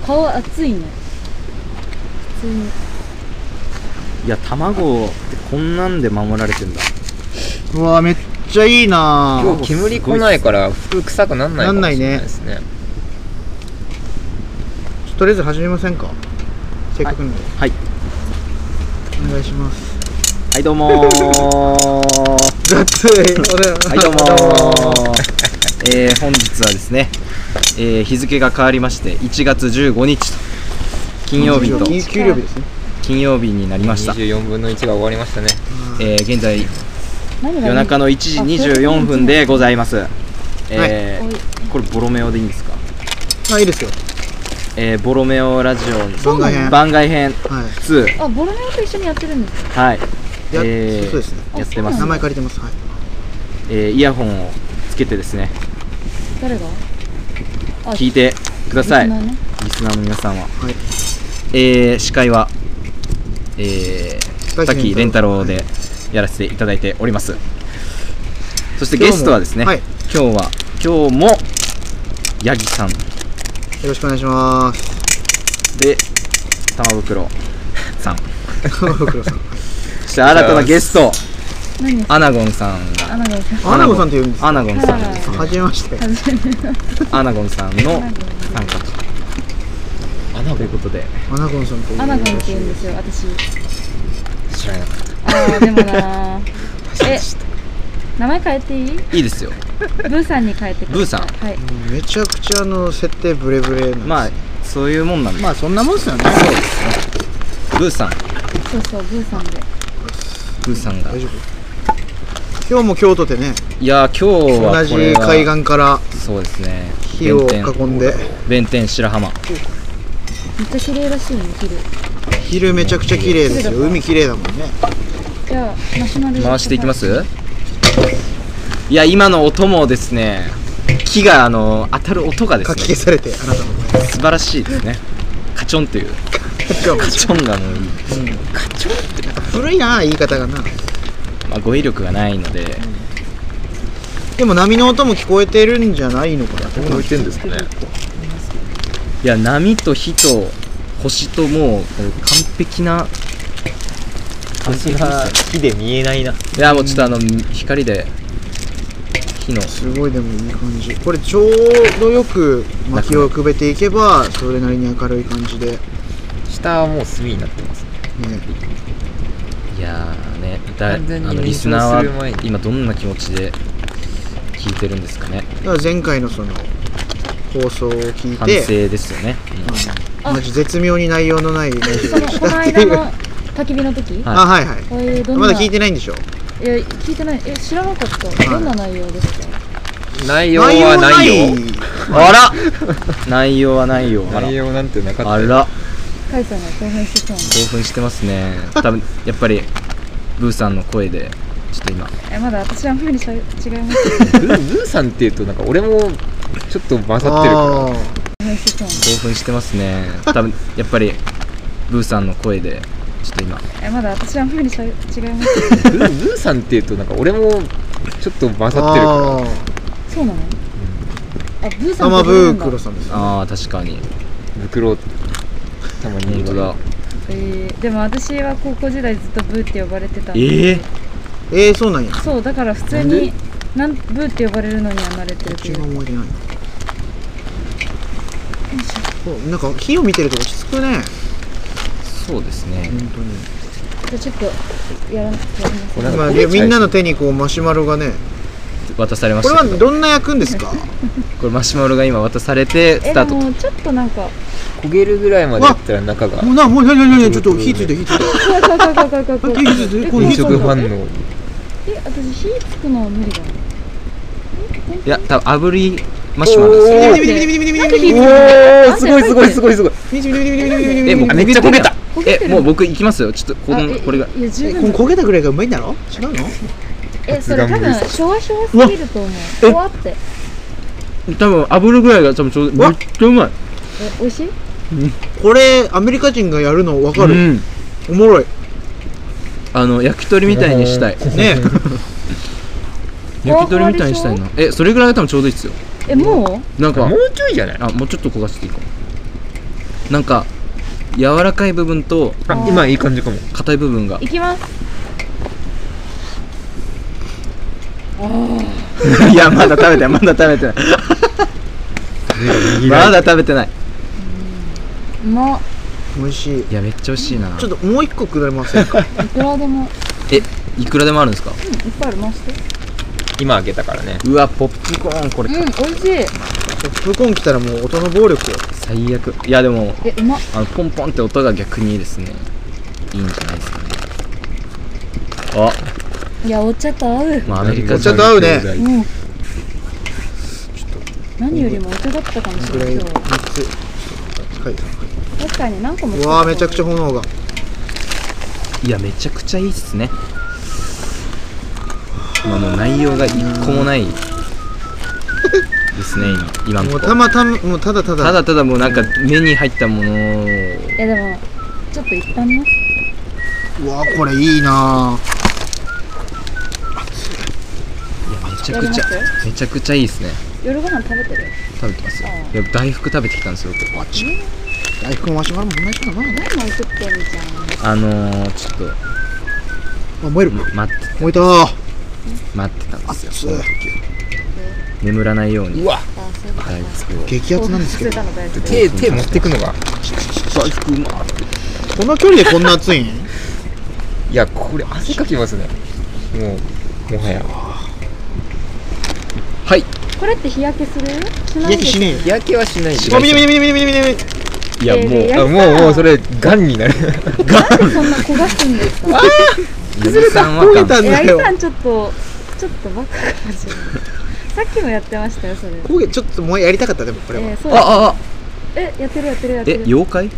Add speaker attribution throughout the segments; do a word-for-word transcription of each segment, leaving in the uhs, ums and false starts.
Speaker 1: 顔熱いね。普通に。
Speaker 2: いや、卵ってこんなんで守られてんだ。
Speaker 3: うわめっちゃいいな。
Speaker 4: 今日煙来ないから服臭くなんないかもしれないですね。
Speaker 3: とりあえず始めませんか、せっかくなんで。
Speaker 2: はい、
Speaker 3: お願いします。
Speaker 2: はい、どうもー
Speaker 3: 雑い。
Speaker 2: はいどうもーえー、本日はですね、えー、日付が変わりましていちがつじゅうごにちと金曜日と
Speaker 3: 給料日ですね。
Speaker 2: 金曜日になりました。
Speaker 4: にじゅうよんぶんのいちが終わりましたね。
Speaker 2: えー、現在夜中のいちじにじゅうよんふんでございます。えー、これボロメオでいいんですか？
Speaker 3: あ、いいですよ。
Speaker 2: えー、ボロメオラジオ
Speaker 3: 番外編
Speaker 2: 番外編ツー。
Speaker 1: あ、ボロメオと一緒にやってるんですか？
Speaker 2: はい、
Speaker 3: や、
Speaker 2: えー、
Speaker 3: そうですね。
Speaker 2: やってます。
Speaker 3: 名前借りてます。はい。
Speaker 2: えー、イヤホンをつけてですね、
Speaker 1: 誰が
Speaker 2: 聞いてください。
Speaker 1: リスナーね、
Speaker 2: リスナーの皆さんは。
Speaker 3: はい。
Speaker 2: えー、司会はえー、滝蓮太郎でやらせていただいております。そしてゲストはですね、
Speaker 3: はい、
Speaker 2: 今日は今日もヤギさん、よ
Speaker 3: ろしくお願いします。
Speaker 2: で玉袋さん
Speaker 3: 玉袋さん
Speaker 2: そして新たなゲスト
Speaker 1: 何
Speaker 2: アナゴンさんが
Speaker 1: アナゴンさん
Speaker 3: アナゴンさんって言うんですか？
Speaker 2: アナゴンさんですね。
Speaker 3: はじめまして。
Speaker 2: アナゴンさんの参加
Speaker 4: アナゴ
Speaker 2: ということで、
Speaker 3: アナゴンさんと
Speaker 1: アナゴンって言うんですよ、私。
Speaker 4: 知らなかった。
Speaker 1: あー、でもなーえ、名前変えていい？
Speaker 2: いいですよ。
Speaker 1: ブーさんに変えてください。
Speaker 2: ブーさん、
Speaker 1: はい。
Speaker 3: めちゃくちゃあの設定ブレブレなんです。
Speaker 2: まあそういうもんなんで、
Speaker 3: まあそんなもんですよね。
Speaker 2: そうですね。ブーさん、
Speaker 1: そうそう、ブーさんで。
Speaker 2: ブーさんが
Speaker 3: 大丈夫？今日も京都でね、
Speaker 2: いやー今日は
Speaker 3: 同じ
Speaker 2: これは
Speaker 3: 海岸から
Speaker 2: そうですね、
Speaker 3: 火を囲んで、
Speaker 2: 弁天白浜、
Speaker 1: めっちゃ綺麗らしいね、昼。
Speaker 3: 昼めちゃくちゃ綺麗ですよ。海綺麗だもんね。
Speaker 1: じゃあマシュマロ
Speaker 2: 回していきます。いや今の音もですね、木があの当たる音がです
Speaker 3: かき
Speaker 2: ね
Speaker 3: 消されて、あなたの前
Speaker 2: 素晴らしいですね。カチョンというカチョンがもういい、
Speaker 3: カチョンってなんか古いな言い方がな。
Speaker 2: まあ、語彙力がないので、
Speaker 3: でも波の音も聞こえてるんじゃないのかな。
Speaker 4: どう言ってんですかね。
Speaker 2: いや波と火と星ともうこの完璧な
Speaker 4: 星が火で見えないな。
Speaker 2: いやもうちょっとあの光で火の
Speaker 3: すごいでもいい感じ。これちょうどよく薪をくべていけばそれなりに明るい感じで、ね、
Speaker 4: 下はもう炭になってますね。
Speaker 2: いやーね、だあ
Speaker 4: 完全に
Speaker 2: のリスナー
Speaker 4: 燃焼する前に
Speaker 2: は今どんな気持ちで聞いてるんですかね。
Speaker 3: だから前回のその放送を聞い
Speaker 2: 反
Speaker 3: て、
Speaker 2: 省ですよね、
Speaker 3: うん、マジ絶妙に内容のないラジオで
Speaker 1: そのこの間の焚き火の時、
Speaker 2: はい
Speaker 3: あ、はいはい、
Speaker 1: えー、どんな
Speaker 3: まだ聞いてないんでしょ。
Speaker 1: いや聞いてない。え、知らなかった。どんな内容ですか？
Speaker 4: 内容はないよ。
Speaker 2: あら内容はないよ。あら
Speaker 4: 内容なんてなかったよ。
Speaker 2: あら
Speaker 1: カイさんが興奮してそうな。
Speaker 2: 興奮してますね。多分やっぱりブーさんの声でちょっと今
Speaker 1: え、まだ私はあんまりしゃ違います
Speaker 4: ブーブーさんっていうとなんか俺もちょっと混ざってるから
Speaker 3: あ
Speaker 1: 興奮してそうな。
Speaker 2: 興奮してますね。多分やっぱりブーさんの声でちょっと今
Speaker 1: え、まだ私はあんまりしゃ違います
Speaker 4: ブーブーさんっていうとなんか俺もちょっと混ざってるから
Speaker 3: あ
Speaker 1: そうなの？あ、ブー
Speaker 3: ー
Speaker 1: さん
Speaker 3: 玉
Speaker 1: って呼ぶんだ
Speaker 3: 袋さんですね。
Speaker 2: ああ確かに
Speaker 4: 袋たまに
Speaker 2: 本当だ。
Speaker 1: えー、でも私は高校時代ずっとブーって呼ばれてたんで、
Speaker 2: ええ
Speaker 3: えー、そうなんや。
Speaker 1: そうだから普通になんブーって呼ばれるのには慣れてるけ
Speaker 3: 違
Speaker 1: ど。
Speaker 3: う思い出ないな。そうなんか火を見てると落ち着くね。
Speaker 2: そうですね。
Speaker 3: 本当に。
Speaker 1: じゃあちょっとやらなくてやります
Speaker 4: これなんか
Speaker 3: まあ、でみんなの手にこうマシュマロがね。
Speaker 2: 渡されま
Speaker 3: これ
Speaker 2: したけど、
Speaker 3: はどんな焼くんですか？
Speaker 2: これマシュマロが今渡されてス
Speaker 1: え、
Speaker 2: タートと。
Speaker 1: でもちょっとなんか
Speaker 4: 焦げるぐらいまでやったら中が
Speaker 3: もうな、もうなになになに、ちょっと火ついて火ついて。
Speaker 1: 怖い怖い怖い怖い怖い怖い怖い。
Speaker 3: 火ついて、これ
Speaker 4: 変
Speaker 3: 火ついて。
Speaker 4: 色反応。
Speaker 1: え、私火つくのは無理だな。
Speaker 2: いや多分炙りマシュマロですよ。
Speaker 3: 見て見て見て見て見て見て見て見て
Speaker 1: なんで火つくの？
Speaker 4: おーすごいすごいすごいすごい。
Speaker 3: 見て見て見て見て見て見て
Speaker 2: えもう
Speaker 4: あめっちゃ焦げた。
Speaker 2: えもう僕行きますよ。ちょっとこ
Speaker 1: あえ
Speaker 2: のこれが
Speaker 1: いや十
Speaker 3: え、こ
Speaker 1: 分だ。
Speaker 3: の焦げたぐらいがうまいんだろ？違うの？
Speaker 1: え、それ多分シュワシュワすぎると思う。シュワって。
Speaker 2: 多分炙るぐらいが多分ちょうどめっちゃうまい。
Speaker 1: え、美味しい？
Speaker 3: これアメリカ人がやるの分かる？
Speaker 2: うん。
Speaker 3: おもろい。
Speaker 2: あの焼き鳥みたいにしたい。
Speaker 3: ね。
Speaker 2: 焼き鳥みたいにしたいな。えそれぐらいが多分ちょうどいいですよ。
Speaker 1: え、も
Speaker 2: なんか
Speaker 4: もうちょいじゃない。
Speaker 2: あもうちょっと焦がしていいかも。 なんか柔らかい部分と
Speaker 4: あ今いい感じかも。
Speaker 2: 硬い部分が
Speaker 1: いきます。
Speaker 2: いやまだ食べてないまだ食べてないまだ食べてない。
Speaker 1: うまっ。
Speaker 3: 美味しい。
Speaker 2: いやめっちゃ美味しいな。
Speaker 3: ちょっともう一個くれませんか？
Speaker 1: いくらでも。
Speaker 2: えいくらでもあるんですか？
Speaker 1: うん、いっぱいありまして。
Speaker 4: 今開けたからね。
Speaker 2: うわポップコーンこれ、
Speaker 1: うん、美味しい。
Speaker 3: ポップコーン来たらもう音の暴力よ。
Speaker 2: 最悪。いやでも
Speaker 1: え、うまっ。
Speaker 2: あのポンポンって音が逆にですねいいんじゃないですかね。あ
Speaker 1: いや、お茶と合う。
Speaker 2: まあアメリカ
Speaker 3: お茶と合うね
Speaker 1: うん。何よりもお茶だったかもし
Speaker 3: ぐらい
Speaker 1: れない。今日
Speaker 3: みっつ。はい。
Speaker 1: 確かに何個も
Speaker 3: うわーめちゃくちゃ炎が。
Speaker 2: いやめちゃくちゃいいっすね。まあもう内容が一個もないですね今の
Speaker 3: もう
Speaker 2: とこ
Speaker 3: たまたまもうただただ。
Speaker 2: ただただもうなんか目に入ったものを
Speaker 1: え、でもちょっと一旦ね。
Speaker 3: うわーこれいいなー。
Speaker 2: いやめちゃくちゃ
Speaker 1: やります
Speaker 2: めちゃくちゃいいですね。
Speaker 1: 夜ご飯食べてる。
Speaker 2: 食べてますよ。
Speaker 1: あ
Speaker 2: いや大福食べてきたんですよ僕。
Speaker 3: あち大福もマシュマロも同じかな。
Speaker 1: 何も食ってんじゃん。
Speaker 2: あのー、ちょっと
Speaker 3: あ燃える。
Speaker 2: 待って
Speaker 3: 燃えたー。
Speaker 2: 待ってたんですよ
Speaker 3: 熱い
Speaker 2: その時眠らないように
Speaker 4: うわ
Speaker 1: あ、そういうことか。
Speaker 2: 大福を
Speaker 3: 激アツなんですけど。
Speaker 1: そういうの大丈夫
Speaker 4: 手手持ってくのが。
Speaker 2: 大福うまっ。
Speaker 3: この距離でこんな熱いん？
Speaker 4: いやこれ汗かきますね。もうもはや
Speaker 2: はい
Speaker 1: これって日焼けする？し
Speaker 3: 日
Speaker 1: ないです
Speaker 3: 焼けしねえよ。
Speaker 4: 日焼けはしないで。
Speaker 3: あ見て見て見て見て見て見て見て。
Speaker 2: いやもう
Speaker 1: えー
Speaker 4: あもうもうそれガンになる。
Speaker 1: なんでそんな焦がすんですか？
Speaker 2: 崩れた
Speaker 3: 焦げたん
Speaker 1: え、
Speaker 3: だよ
Speaker 1: 八木さ。んちょっとちょっとバカかもしれない。さっきもやってましたよそれ。
Speaker 3: 焦げちょっともうやりたかったでもこれは。
Speaker 1: えー、そうです。
Speaker 2: あああ
Speaker 1: え、やってるやってるやってる。
Speaker 2: え妖怪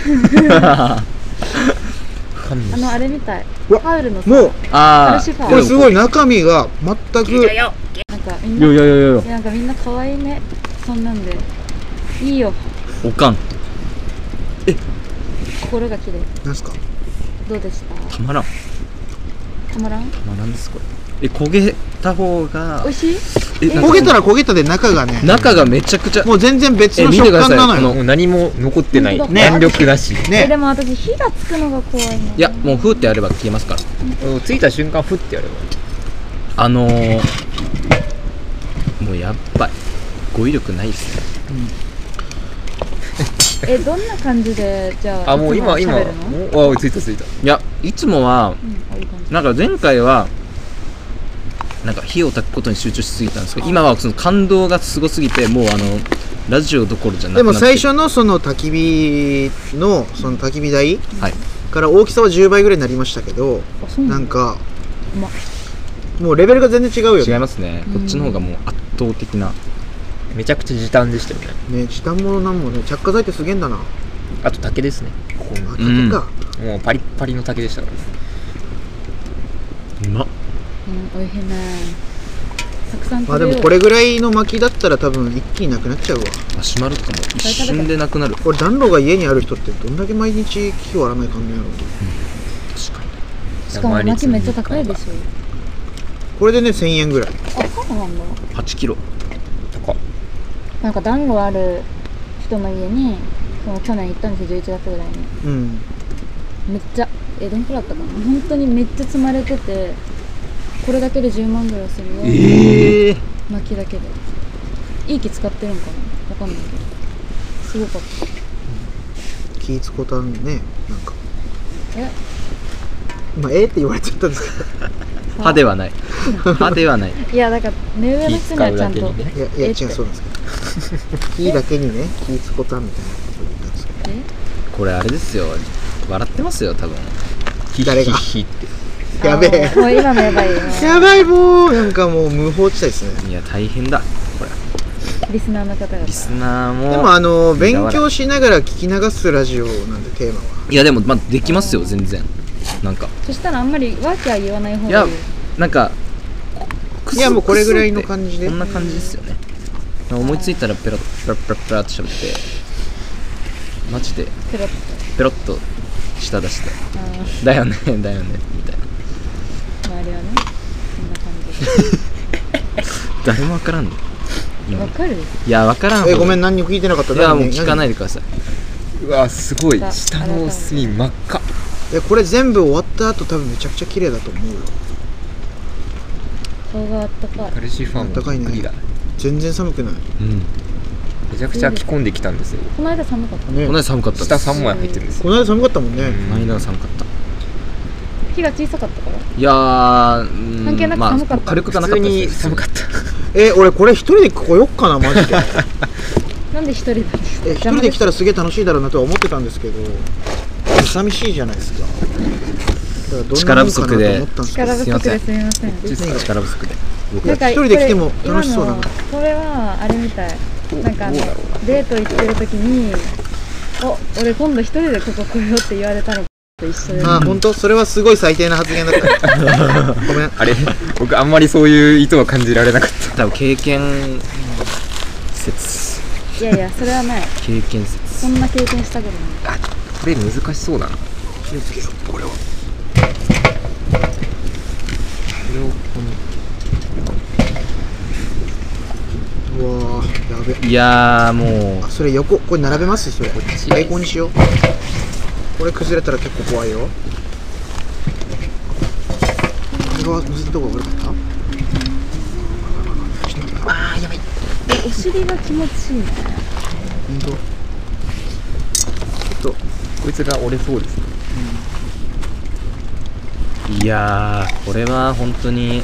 Speaker 1: あのあれみたい。
Speaker 3: うわ
Speaker 1: ハウルのさ
Speaker 3: もう
Speaker 2: あ
Speaker 1: カルシファー
Speaker 3: これすごい中身が全く。
Speaker 1: なんかみんな。
Speaker 2: いやいやいやいや
Speaker 1: なんかみんな可愛いね。そんなんでいいよ。
Speaker 2: おかん
Speaker 1: 心が綺麗。
Speaker 3: なんすか？
Speaker 1: どうでした？
Speaker 2: たまらん
Speaker 1: たまらん？
Speaker 2: たまらんですこれ。え焦げた方が
Speaker 1: 美味しい？
Speaker 2: えなんか
Speaker 3: 焦げたら焦げたで中がね。
Speaker 2: 中がめちゃくちゃ
Speaker 3: もう全然別の食
Speaker 2: え見てください
Speaker 3: 感なのよ。
Speaker 2: こ
Speaker 4: もう何も残ってない。
Speaker 1: ね
Speaker 4: 弾力なし。
Speaker 1: え、
Speaker 3: ね
Speaker 1: でも私火がつくのが怖いの。
Speaker 2: いやもうふーってやれば消えますから。
Speaker 4: もうついた瞬間ふってやれば。
Speaker 2: あのー、もうやっぱり語彙力ないですね。
Speaker 1: え、どんな感じでじゃあ
Speaker 4: あもう今今
Speaker 1: いつも喋るの？
Speaker 4: もうあついたついた。
Speaker 2: いやいつもは
Speaker 1: うん、あ、いい感じ。
Speaker 2: なんか前回はなんか火を焚くことに集中しすぎたんですけど、今はその感動がすごすぎてもうあのラジオどころじゃなくなって。
Speaker 3: でも最初のその焚き火のその焚き火台
Speaker 2: はい
Speaker 3: から大きさはじゅうばいぐらいになりましたけど、
Speaker 1: あ、そうなんんだ。
Speaker 3: なか
Speaker 1: うまっ。
Speaker 3: もうレベルが全然違うよね。
Speaker 2: 違いますね。こっちの方がもう圧倒的な。
Speaker 4: めちゃくちゃ時短でしたよね。
Speaker 3: ね、時短物なんもね、着火剤ってすげえんだな。
Speaker 4: あと竹ですね。ここ
Speaker 3: あ、
Speaker 4: の
Speaker 3: 竹か。
Speaker 4: もうパリッパリの竹でしたからね。
Speaker 2: うまっ。
Speaker 1: うん、おいしいね。たくさん
Speaker 3: ま
Speaker 1: 食べよう。
Speaker 3: あでもこれぐらいの薪だったら多分一気になくなっちゃうわ。
Speaker 2: マシュマロとかも一瞬でなくなる。
Speaker 3: これ暖炉が家にある人ってどんだけ毎日火割らないかんねやろう。
Speaker 2: 確かに。
Speaker 1: しかも薪めっちゃ高いでしょ。
Speaker 3: これでねせんえんぐらい。
Speaker 1: あ、そうなんだ。
Speaker 2: はちキロ。
Speaker 4: 高っ。
Speaker 1: なんか暖炉ある人の家にその去年行ったんですよ、じゅういちがつぐらいに。
Speaker 3: うん。
Speaker 1: めっちゃ、え、どんくらいだったかな、本当にめっちゃ積まれてて、これだけでじゅうまんぐらいするよ。
Speaker 2: ええ
Speaker 1: 薪だけで。いい木使ってるんかな、わかんないけどすごかった。
Speaker 3: 気使うたんね、なんか
Speaker 1: え、
Speaker 3: まあええって言われちゃったんですけ
Speaker 2: 歯ではない。歯ではない。
Speaker 1: いやだから目上の人にはちゃんと、
Speaker 4: 気使うだけにね
Speaker 3: ど、いやいや違う
Speaker 1: えって
Speaker 3: そうなんですけど火だけにね気使うたんみたいなこと言ったんですけど、
Speaker 2: これあれですよ。笑ってますよ多分。
Speaker 3: 誰が
Speaker 4: ヒッて。
Speaker 1: え
Speaker 3: やべえ
Speaker 1: あーもう今のやばいよ。
Speaker 3: やばい、もうなんかもう無法地帯ですね。
Speaker 2: いや大変だ。これ
Speaker 1: リスナーの方々。
Speaker 2: リスナーも。
Speaker 3: でもあの勉強しながら聞き流すラジオなんでテーマは。
Speaker 2: いやでもまあできますよ全然。なんか
Speaker 1: そしたらあんまりワーキャー言わない方
Speaker 2: いや
Speaker 1: がいい。
Speaker 2: なんか。
Speaker 3: いやもうこれぐらいの感じで
Speaker 2: こんな感じですよね。思いついたらペロッペロッペロッペロッって喋ってマジで
Speaker 1: ペロッと。
Speaker 2: ペロッと舌出して
Speaker 1: あ
Speaker 2: だよねだよねみたいな。
Speaker 1: ー周りはね、こんな感じ。
Speaker 2: 誰もわからんの今
Speaker 1: わかる？
Speaker 2: いやわからんほど
Speaker 3: えごめん何にも聞いてなかった。。
Speaker 2: いやもう聞かないいでください。
Speaker 4: うわすごい
Speaker 1: さ
Speaker 4: 下の隅真っ赤。
Speaker 3: えこれ全部終わった後多分めちゃくちゃ綺麗だと思うよ。
Speaker 1: 顔があったかい。
Speaker 4: カルシファーも
Speaker 3: あったかいね
Speaker 4: びっくりだ。
Speaker 3: 全然寒くない
Speaker 2: うん
Speaker 4: めちゃくちゃ着込んできたんですよ。
Speaker 1: この間寒かった。
Speaker 3: ね。
Speaker 2: この間寒かったです。
Speaker 4: 下さんまい入ってるんですよ。
Speaker 3: この間寒かったもんね。
Speaker 4: うん
Speaker 2: この間は寒かった。
Speaker 1: 火が小さかったから。
Speaker 2: いやーうん
Speaker 1: 関係なく寒かった
Speaker 2: まあ、火力がな
Speaker 4: 普通に
Speaker 2: かったです
Speaker 4: 寒かった。
Speaker 3: え俺これ一人で来よっかなマジで。
Speaker 1: なんで一人なんですか。
Speaker 3: え一人で来たらすげえ楽しいだろうなとは思ってたんですけど、寂しいじゃないですか。だからどんなもんかなと思ったんですけど。
Speaker 1: 力不足ですみません。
Speaker 2: 力不足で
Speaker 1: なんか
Speaker 3: 一人で来ても楽しそうだな。
Speaker 1: これ今のこれはあれみたい。なんかあの
Speaker 4: どうだろ
Speaker 1: デート行ってる時に、お俺今度一人でここ来ようって言われたのと一緒で。
Speaker 3: あ本当それはすごい最低な発言だった。ごめん。
Speaker 4: あれ僕あんまりそういう意図は感じられなかった。
Speaker 2: 多分経験説
Speaker 1: いやいやそれはない。
Speaker 2: 経験説
Speaker 1: そんな経験したことない。
Speaker 4: あこれ難しそうだな。こ
Speaker 3: 気をつけようこれは。
Speaker 4: れをこ
Speaker 3: うわーやべ。
Speaker 2: いやーもう
Speaker 3: あそれ横これ並べますそれ。
Speaker 4: っち
Speaker 3: 最高にしよう。これ崩れたら結構怖いよ。これは乗せたとこが悪かった。あーやばい。
Speaker 1: お尻が気持ちいいね。
Speaker 3: 本当。ちょっと
Speaker 4: こいつが折れそうですね。
Speaker 2: いやーこれは本当に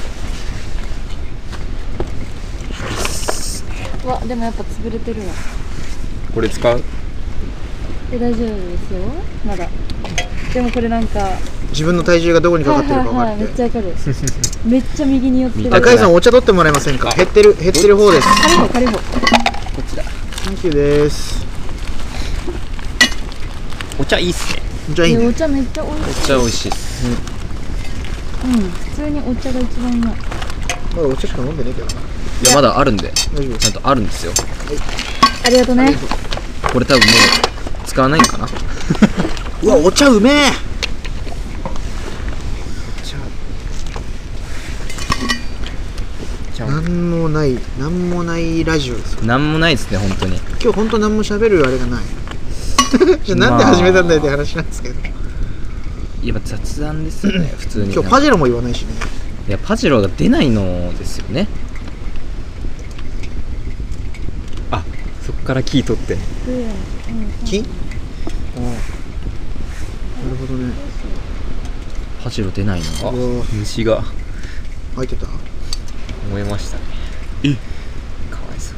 Speaker 1: うわでもやっぱ潰れてるわ。
Speaker 4: これ使う？
Speaker 1: え大丈夫ですよまだ。でもこれなんか
Speaker 3: 自分の体重がどこにかかってるか分か
Speaker 1: はいはいはい、め
Speaker 3: っ。
Speaker 1: ってちゃわかる。めっちゃ右に寄ってる。
Speaker 3: 高井さんお茶取ってもらえませんか。減ってる減ってる方です。
Speaker 1: カリホカリホ。
Speaker 4: こっちだ。
Speaker 3: サンキューです。
Speaker 4: お茶いいっすね。
Speaker 3: じゃあいいね。
Speaker 1: えお茶めっちゃ美味しい。
Speaker 2: めっちゃ美味しいです
Speaker 1: うん普通にお茶が一番うまい。
Speaker 3: まだお茶しか飲んでねえけどな。
Speaker 2: いやまだあるんで
Speaker 3: 大丈夫です。
Speaker 2: ちゃんとあるんですよ。
Speaker 1: ありがとうね。
Speaker 2: これ多分もう使わないかな。
Speaker 3: うわお茶うめえ。
Speaker 4: じゃあ
Speaker 3: なんもないなんもないラジオですよ。
Speaker 2: なんもないですね本当に。
Speaker 3: 今日本当なんも喋るあれがない。じゃあなんで始めたんだよって話なんですけど。
Speaker 2: やっぱ雑談ですよね普通に。
Speaker 3: 今日パジェロも言わないしね。
Speaker 2: いやパジェロが出ないのですよね。
Speaker 4: あそっからキー取って。
Speaker 3: 木？ああ。なるほどね。
Speaker 2: パジェロ出ないの。
Speaker 4: あ
Speaker 3: うわ
Speaker 4: 虫が
Speaker 3: 入ってた。
Speaker 4: 燃えましたね。えかわいそう。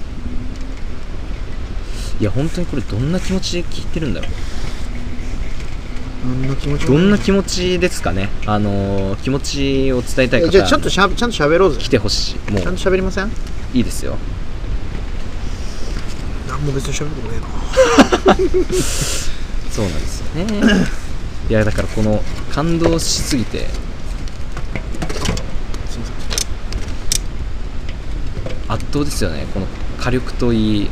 Speaker 2: いや本当にこれどんな気持ちで聞いてるんだろう。
Speaker 3: 何の気持ちも
Speaker 2: どんな気持ちですかね。あのー、気持ちを伝えたい方
Speaker 3: えじゃあちょっとしゃちゃんと喋ろうぜ。
Speaker 2: 来てほしい。もう
Speaker 3: ちゃんと喋りません？
Speaker 2: いいですよ。
Speaker 3: なんも別に喋ることねえな。
Speaker 2: そうなんですよね。いやだからこの感動しすぎて
Speaker 3: すいません。
Speaker 2: 圧倒ですよね。この火力といい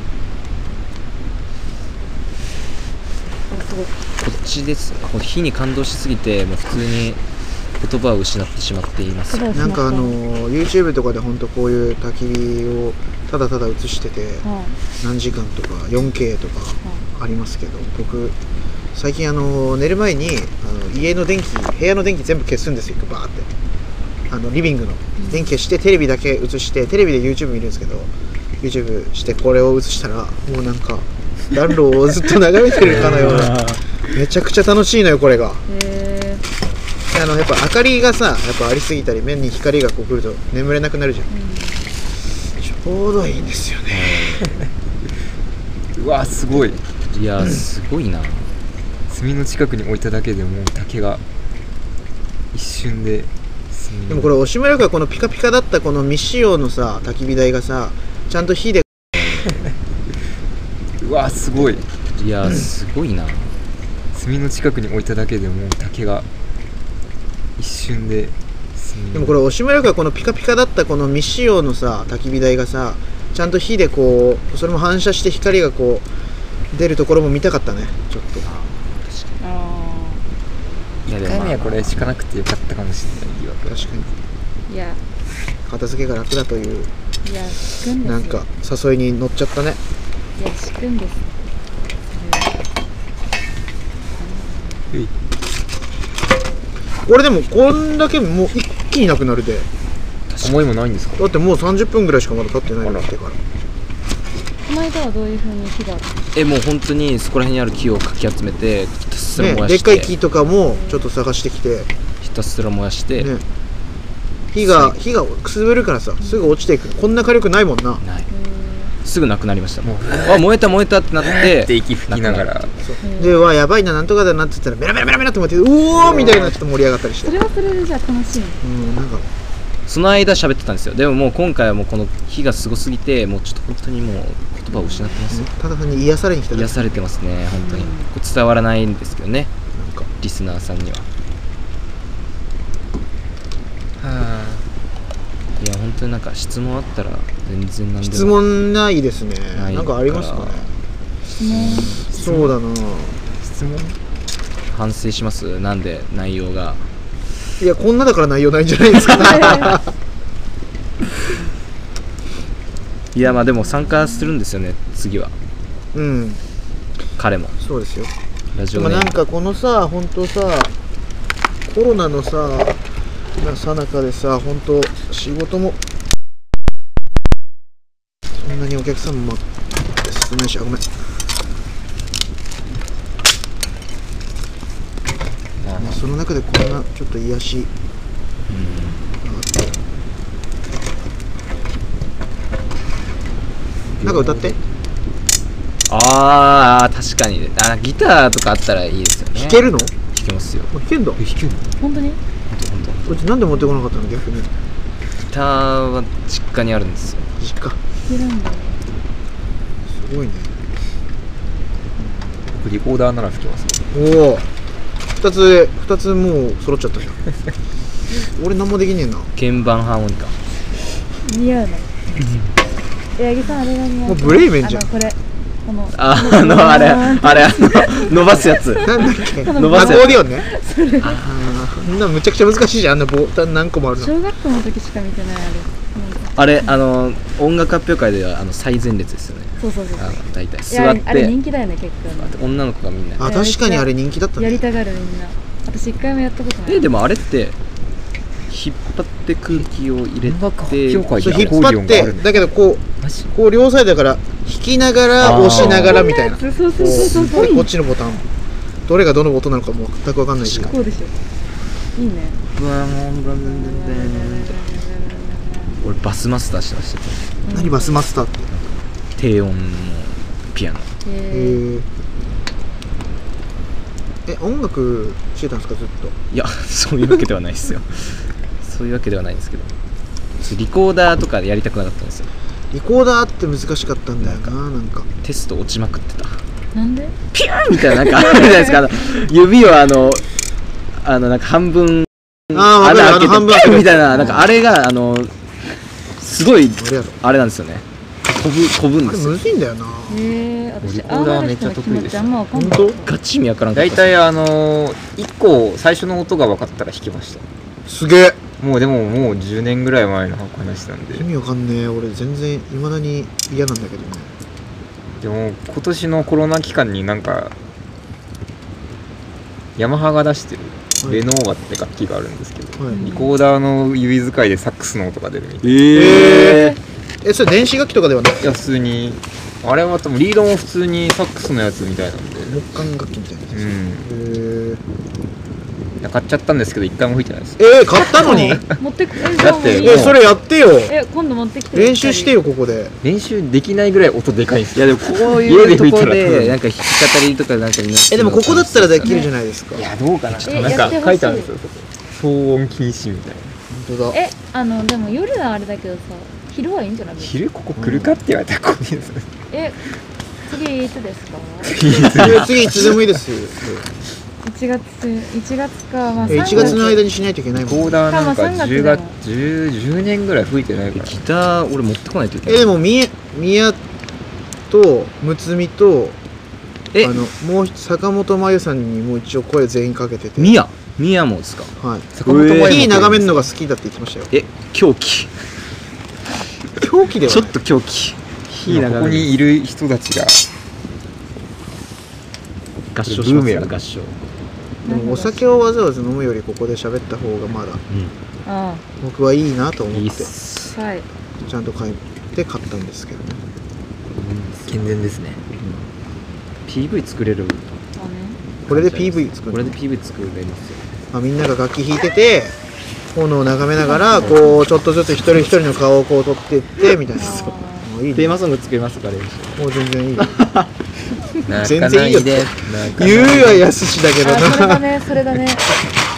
Speaker 1: あすごい。
Speaker 2: こっちです。この火に感動しすぎてもう普通に言葉を失ってしまっています。
Speaker 3: なんかあのー YouTube とかで本当こういう焚き火をただただ映してて
Speaker 1: は
Speaker 3: 何時間とか よんケー とかありますけど、僕最近あのー寝る前にあの家の電気部屋の電気全部消すんですよ。バーってあのリビングの電気消してテレビだけ映して、テレビで YouTube 見るんですけど YouTube してこれを映したらもうなんか暖炉をずっと眺めてるかのようなめちゃくちゃ楽しいのよこれが。
Speaker 1: い。へえ。
Speaker 3: あのやっぱ明かりがさやっぱありすぎたり目に光がこう来ると眠れなくなるじゃん。ちょうどいいんですよね。
Speaker 4: うわすごい。
Speaker 2: いやすごいな。
Speaker 4: 炭の近くに置いただけでもう竹が一瞬で炭。
Speaker 3: でもこれ惜しまれるからこのピカピカだったこの未使用のさ焚き火台がさちゃんと火で
Speaker 4: うわすごい。
Speaker 2: いやすごいな。
Speaker 4: 炭の近くに置いただけでもう竹が一瞬で炭。
Speaker 3: でもこれ惜しまれるからこのピカピカだったこの未使用のさ焚き火台がさちゃんと火でこうそれも反射して光がこう出るところも見たかったねちょっと。
Speaker 1: あ
Speaker 4: 1
Speaker 2: いやでも、まあ、
Speaker 4: 回目はこれしかなくてよかったかもしれない疑惑。
Speaker 3: 確かに
Speaker 1: あ。いや
Speaker 3: 片付けが楽だという
Speaker 1: いや仕組んですよ。
Speaker 3: なんか誘いに乗っちゃったね。
Speaker 1: いや仕組んです。それは
Speaker 4: えい
Speaker 3: 俺でもこんだけもう一気になくなるで。
Speaker 4: 思いもないんですか？
Speaker 3: だってもうさんじゅっぷんぐらいしかまだ経ってないのってから。
Speaker 1: この間はどういう風に火があった？
Speaker 2: えもう本当にそこら辺にある木をかき集めてひたすら
Speaker 3: ね、
Speaker 2: 燃やして、
Speaker 3: でっかい木とかもちょっと探してきて、
Speaker 2: ひたすら燃やして、
Speaker 3: ね、火が火がくすぶるからさ、すぐ落ちていく。こんな火力ないもんな。
Speaker 2: ないすぐなくなりました。もうあ燃えた燃えたってなって
Speaker 4: って息吹きながら
Speaker 3: そうで、わやばいな、なんとかだなって言ったらメラメラメラメラって思って、うおーみたいになって盛り上がったりして。
Speaker 1: それはそれでじゃあ楽しいね。
Speaker 3: うん、なんか
Speaker 2: その間喋ってたんですよ。でももう今回はもうこの火がすごすぎてもうちょっと本当にもう言葉を失ってますよ。
Speaker 3: ただ単に癒されに来ただけ。
Speaker 2: 癒されてますね本当に。こう伝わらないんですけどね
Speaker 3: なんか
Speaker 2: リスナーさんには。
Speaker 4: はい
Speaker 2: や本当になんか質問あったら全然何でも。
Speaker 3: 質問ないですね。
Speaker 2: ない
Speaker 3: なんかありますかね。
Speaker 1: 質問
Speaker 3: そうだな。
Speaker 4: 質問
Speaker 2: 反省します。なんで内容が
Speaker 3: いや、こんなだから内容ないんじゃないですか。
Speaker 2: いやまあでも参加するんですよね次は
Speaker 3: うん、
Speaker 2: 彼も
Speaker 3: そうですよ。
Speaker 2: ラジオネーム
Speaker 3: でもなんかこのさ、本当さ、コロナのさ、さなかでさ、本当仕事もそんなにお客さんも少ないし、あ、ごめん。
Speaker 4: まあ
Speaker 3: まあその中でこんなちょっと癒しがあって、なんか歌って。
Speaker 2: ああ確かにあギターとかあったらいいですよね。
Speaker 3: 弾けるの？
Speaker 2: 弾けますよ。
Speaker 3: 弾けんだ。
Speaker 4: え弾けるの？
Speaker 1: 本当に？
Speaker 2: 本当本当
Speaker 3: うちなんで持ってこなかったの逆に。
Speaker 2: ギターは実家にあるんですよ。
Speaker 3: 実家。
Speaker 1: いるんだ。
Speaker 3: すごいね。
Speaker 4: 僕リコーダーなら吹きますよ。
Speaker 3: おお。二つ二つもう揃っちゃったじゃん。俺なんもできねえな。
Speaker 2: 鍵盤ハーモニカ。
Speaker 1: 似合うね。八木さんあれが似合う。
Speaker 3: もうブレイメンじゃん
Speaker 1: あのこれこの
Speaker 2: ああのあれあれあの伸ばすやつ。
Speaker 3: なんだっけ。
Speaker 2: 伸ばす
Speaker 3: アコーディオンね。
Speaker 1: それ
Speaker 3: ああ、そんなむちゃくちゃ難しいじゃん。あんなボタン何個もあるの。
Speaker 1: 小学校の時しか見てないあれ。なんか
Speaker 2: あれあの音楽発表会ではあの最前列ですよね。
Speaker 1: そうそうそう
Speaker 2: あの大体
Speaker 1: い
Speaker 2: 座っ
Speaker 1: やあれ人
Speaker 2: て
Speaker 1: 気だよね結構ね。
Speaker 2: 女の子がみんな。
Speaker 3: あ、確かにあれ人気だったね。
Speaker 1: やりたがるみんな。私一回もやったことない。
Speaker 2: えでもあれって引っ張って空気を入れ
Speaker 4: 音楽発
Speaker 2: て
Speaker 4: 表会
Speaker 3: そう
Speaker 4: でアコーディオ
Speaker 3: 引っ張って
Speaker 4: ンがあるの？
Speaker 3: だけどこう
Speaker 4: マジ？
Speaker 3: こう両サイドだから弾きながら
Speaker 2: あー
Speaker 3: 押しながらみたいな。
Speaker 1: そうそうそうそうそう。
Speaker 3: これこっちのボタン。どれがどの音なのかも全くわかんないし。
Speaker 1: こうでしょ。いいね。
Speaker 2: 俺バスマスターしてましたよ。
Speaker 3: 何バスマスターって。
Speaker 2: 低音のピアノ。
Speaker 3: へ
Speaker 1: へ
Speaker 3: え。え、音楽してたんですかずっと。
Speaker 2: いやそういうわけではないですよ。そういうわけではないんですけどリコーダーとかでやりたくなかったんですよ。
Speaker 3: リコーダーって難しかったんだよな、なんか。
Speaker 2: テスト落ちまくってた。
Speaker 1: ーなんで？
Speaker 2: ピューンみたいななんかあるじゃないですか。あの指をあのあのなんか半分
Speaker 3: あーわかる
Speaker 2: 穴開けて
Speaker 3: あの半分
Speaker 2: ピューンみたいななんかあれがあのすごい
Speaker 3: あれやろ。
Speaker 2: あれなんですよね。飛ぶ飛ぶん
Speaker 3: あれ
Speaker 2: ですよ。
Speaker 3: むずいんだよな。
Speaker 1: へえ、私
Speaker 4: リコーダーめっちゃ得意です
Speaker 1: あんまわかん
Speaker 3: 本
Speaker 1: ない。
Speaker 3: 当？
Speaker 2: ガチ見わからんかった
Speaker 4: 大体あのー、いっこ最初の音が分かったら弾きました。
Speaker 3: すげえ。
Speaker 4: もうでももうじゅうねんぐらい前の話なんで。
Speaker 3: 意味わかんねえ。俺全然未だに嫌なんだけどね。
Speaker 4: でも今年のコロナ期間になんかヤマハが出してる
Speaker 3: はい
Speaker 4: レノーバって楽器があるんですけど、
Speaker 3: はい。
Speaker 1: ん
Speaker 4: リコーダーの指使いでサックスの音が出るみたい
Speaker 2: え
Speaker 3: え、それ電子楽器とかではなく
Speaker 4: な。いや普通にあれは多分リードも普通にサックスのやつみたいなんで、
Speaker 3: 木管楽器みたいなやつ。
Speaker 4: うん、
Speaker 3: へ
Speaker 4: いや買っちゃったんですけど一回も吹いてないです。
Speaker 3: え。えー、買ったのに？
Speaker 1: 持ってく。え
Speaker 4: だって
Speaker 3: え、それやってよ。
Speaker 1: え今度持ってきて。
Speaker 3: 練習してよ、ここで。
Speaker 4: 練習できないぐらい音でかいんですよ。
Speaker 2: いやでもこういうところでなんか弾き語りとかなんかになって
Speaker 3: え、でもここだったらできるじゃないですか。
Speaker 4: いやどうかな。
Speaker 1: え
Speaker 4: なんか
Speaker 1: やってほしい
Speaker 4: 書いてあるんですよそこ。騒音禁止みたいな。
Speaker 3: 本当だ。
Speaker 1: えあのでも夜はあれだけどさ昼はいいんじゃない？
Speaker 4: 昼ここ来るかって言われたら来ないです。
Speaker 1: え次いつですか？
Speaker 3: え次いつでもいいです。
Speaker 1: いちがついちがつかまあ
Speaker 3: え、いちがつの間にしないといけない
Speaker 4: リコ
Speaker 3: もん。
Speaker 4: ーダーなん
Speaker 1: しかもさんがつ
Speaker 4: かじゅう
Speaker 1: だもん
Speaker 4: がつじゅう、じゅうねんぐらい吹いてないから。
Speaker 2: ギター俺持ってこないといけ
Speaker 3: え、
Speaker 2: ない。
Speaker 3: でも、みえ、宮と、むつみと、
Speaker 2: え
Speaker 3: あの、もう一つ坂本真由さんにも一応声全員かけてて。
Speaker 2: ミヤミヤもですか。
Speaker 3: はい。
Speaker 4: 坂本真由も
Speaker 3: 火眺めるのが好きだって言ってましたよ。
Speaker 2: え狂気
Speaker 3: 狂気ではない。
Speaker 2: ちょっと狂気火
Speaker 4: 今ここ
Speaker 2: 眺める
Speaker 4: にいる人たちが
Speaker 2: 合唱します
Speaker 4: ブーメラン
Speaker 2: よ合唱。
Speaker 3: でもお酒をわざわざ飲むよりここで喋った方がまだ
Speaker 1: あ
Speaker 3: 僕はいいなと思
Speaker 2: いいっ
Speaker 3: って
Speaker 2: す。
Speaker 1: あはい
Speaker 3: ちゃんと買って買ったんですけどね。
Speaker 4: 健全ですね。
Speaker 2: ピーブイ 作れる。
Speaker 1: まあね
Speaker 3: これで ピーブイ 作る
Speaker 2: これで ピーブイ 作れるんですよ。
Speaker 3: まあ、みんなが楽器弾いてて炎を眺めながらこうちょっとずつ一人一人の顔をこう撮っていってみたいな。
Speaker 1: あ
Speaker 3: もういいね。
Speaker 2: テーマソング作りますか練習。
Speaker 3: もう全然いいよ。
Speaker 4: 泣
Speaker 3: 全
Speaker 4: かないで
Speaker 3: 然いいよって
Speaker 4: 泣かないで
Speaker 3: 言うはやすしだけど
Speaker 1: ーあそれだ
Speaker 3: な。
Speaker 1: ねそれだね
Speaker 4: 泣か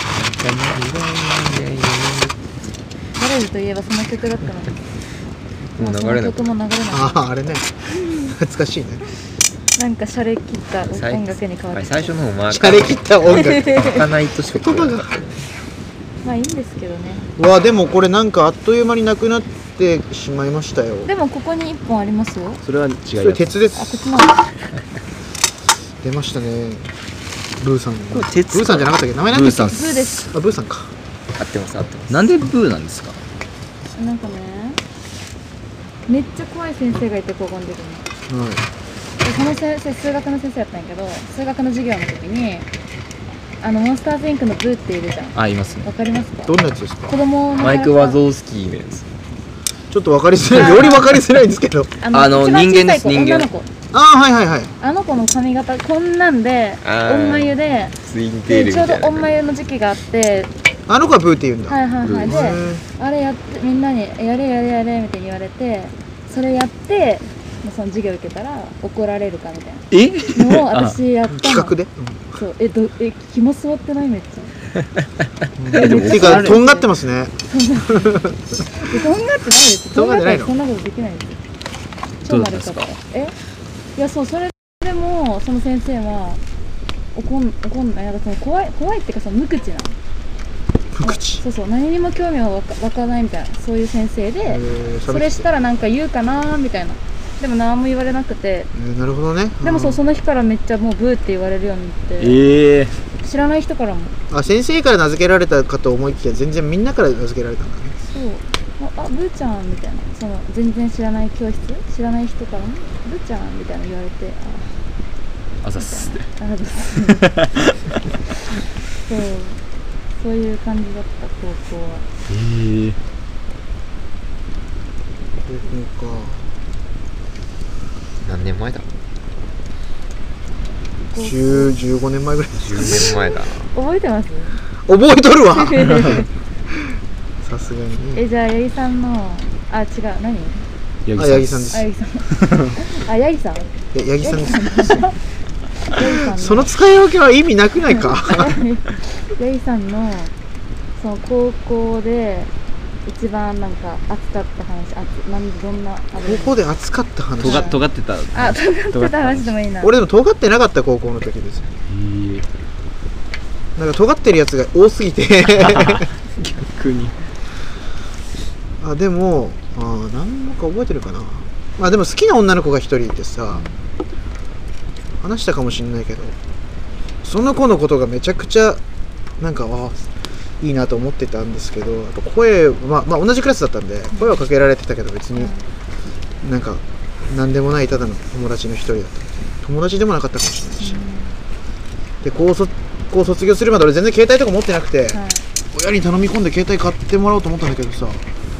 Speaker 4: ないで
Speaker 1: バレルといえばその曲だったの
Speaker 4: もう流れなく
Speaker 1: 曲も流れな
Speaker 3: あああれね懐かしいね。
Speaker 1: いなんかシャレ切った音楽に変わって
Speaker 4: 最初の方まあ
Speaker 3: しゃれ切った音楽。
Speaker 4: 泣かないとしか
Speaker 3: 言葉が
Speaker 1: まあいいんですけどね
Speaker 3: うわでもこれなんかあっという間になくなってしまいましたよ。
Speaker 1: でもここにいっぽんありますよ
Speaker 2: それは違い
Speaker 3: それ
Speaker 2: ます。
Speaker 3: 鉄で
Speaker 1: あこっ
Speaker 3: す。
Speaker 1: ちなんだ
Speaker 3: 出ましたね。ブーさんの。ブ
Speaker 4: これ鉄か
Speaker 3: ーさんじゃなかったっけ名前なんだっけ。
Speaker 2: ブーさんっ
Speaker 1: ブーです
Speaker 3: あブーさんか。
Speaker 4: 合ってます合ってます。
Speaker 2: なんでブーなんですか。
Speaker 1: なんかねめっちゃ怖い先生がいて高校の時に
Speaker 3: はい。
Speaker 1: でその先生数学の先生やったんやけど数学の授業の時にあのモンスターズインクのブーっているじゃん
Speaker 2: あ、いますね。
Speaker 1: わかりますか
Speaker 3: どんなやつですか。
Speaker 1: 子供の
Speaker 4: マイク・ワゾースキーのやつ。
Speaker 3: ちょっとわかりづらい。よりわかりづらいんですけど。
Speaker 1: あ
Speaker 4: あの
Speaker 1: 一番小さい子
Speaker 4: 人間です人間
Speaker 1: 女の子
Speaker 3: ああはいはいはい。
Speaker 1: あの子の髪型こんなんで
Speaker 4: あー
Speaker 1: おんまゆで
Speaker 4: ツインテール
Speaker 1: でちょうど
Speaker 4: みたいな。
Speaker 1: おんまゆの時期があって
Speaker 3: あの子はブーって言うんだ。
Speaker 1: はいはいはいで
Speaker 3: へー
Speaker 1: あれやってみんなにやれやれやれみたいに言われてそれやってまあその授業受けたら怒られるかみたい
Speaker 2: え？
Speaker 1: なのを私やったの
Speaker 3: 企画で。
Speaker 1: そうえどえ紐座ってないめっちゃ
Speaker 3: えでもてかとんがってますね。
Speaker 1: えとんがってないです
Speaker 3: とんがってないの
Speaker 1: とんがったらそんなことできないです超丸かったえいやそうそれでもその先生は怒ん怒んないなんかその怖い怖いっていうかその無口な
Speaker 3: 無口。
Speaker 1: そうそう何にも興味はわか湧かないみたいなそういう先生で
Speaker 3: えー
Speaker 1: それしたらなんか言うかなみたいなでも何も言われなくて
Speaker 3: えーなるほどね。
Speaker 1: でもそう
Speaker 3: うん
Speaker 1: その日からめっちゃもうブーって言われるようになって
Speaker 2: ええ。
Speaker 1: 知らない人からも
Speaker 3: あ先生から名付けられたかと思いきや全然みんなから名付けられたんだね。
Speaker 1: そうああブーちゃんみたいなその全然知らない教室知らない人からブーちゃんみたいな言われてあ
Speaker 2: あざっす。
Speaker 1: あなるほどそうそういう感じだった高校は
Speaker 2: ええ。
Speaker 3: 高校か。
Speaker 4: 何年前だ。
Speaker 3: じゅう、じゅうごねんまえぐらい。
Speaker 4: じゅうねんまえだ。
Speaker 1: 覚えてます
Speaker 3: 覚えとるわ。さすがにね。
Speaker 1: えじゃあ八木さんのあ違う何
Speaker 3: あ八木さんです
Speaker 1: あ。八木さんあ八木さん
Speaker 3: え八木さんです。
Speaker 1: 八木さんの
Speaker 3: その使い分けは意味なくないか。
Speaker 1: 八木さんのその高校で一番なんか熱かった話あつなんどんなあれ
Speaker 3: 高校で熱かった話。
Speaker 2: とが尖ってた。
Speaker 1: あ尖ってた話でもいいな
Speaker 3: 俺でも尖ってなかった高校の時ですよ。
Speaker 2: ええ。
Speaker 3: なんか尖ってるやつが多すぎて。
Speaker 2: 逆に。
Speaker 3: あでもあー何か覚えてるかな。まあでも好きな女の子が一人いてさ話したかもしんないけどその子のことがめちゃくちゃなんかあいいなと思ってたんですけどやっぱ声まあまあ同じクラスだったんで声はかけられてたけど別になんか何でもないただの友達の一人だった友達でもなかったかもしれないしで高卒高卒業するまで俺全然携帯とか持ってなくて、
Speaker 1: はい
Speaker 3: 親に頼み込んで携帯買ってもらおうと思ったんだけどさ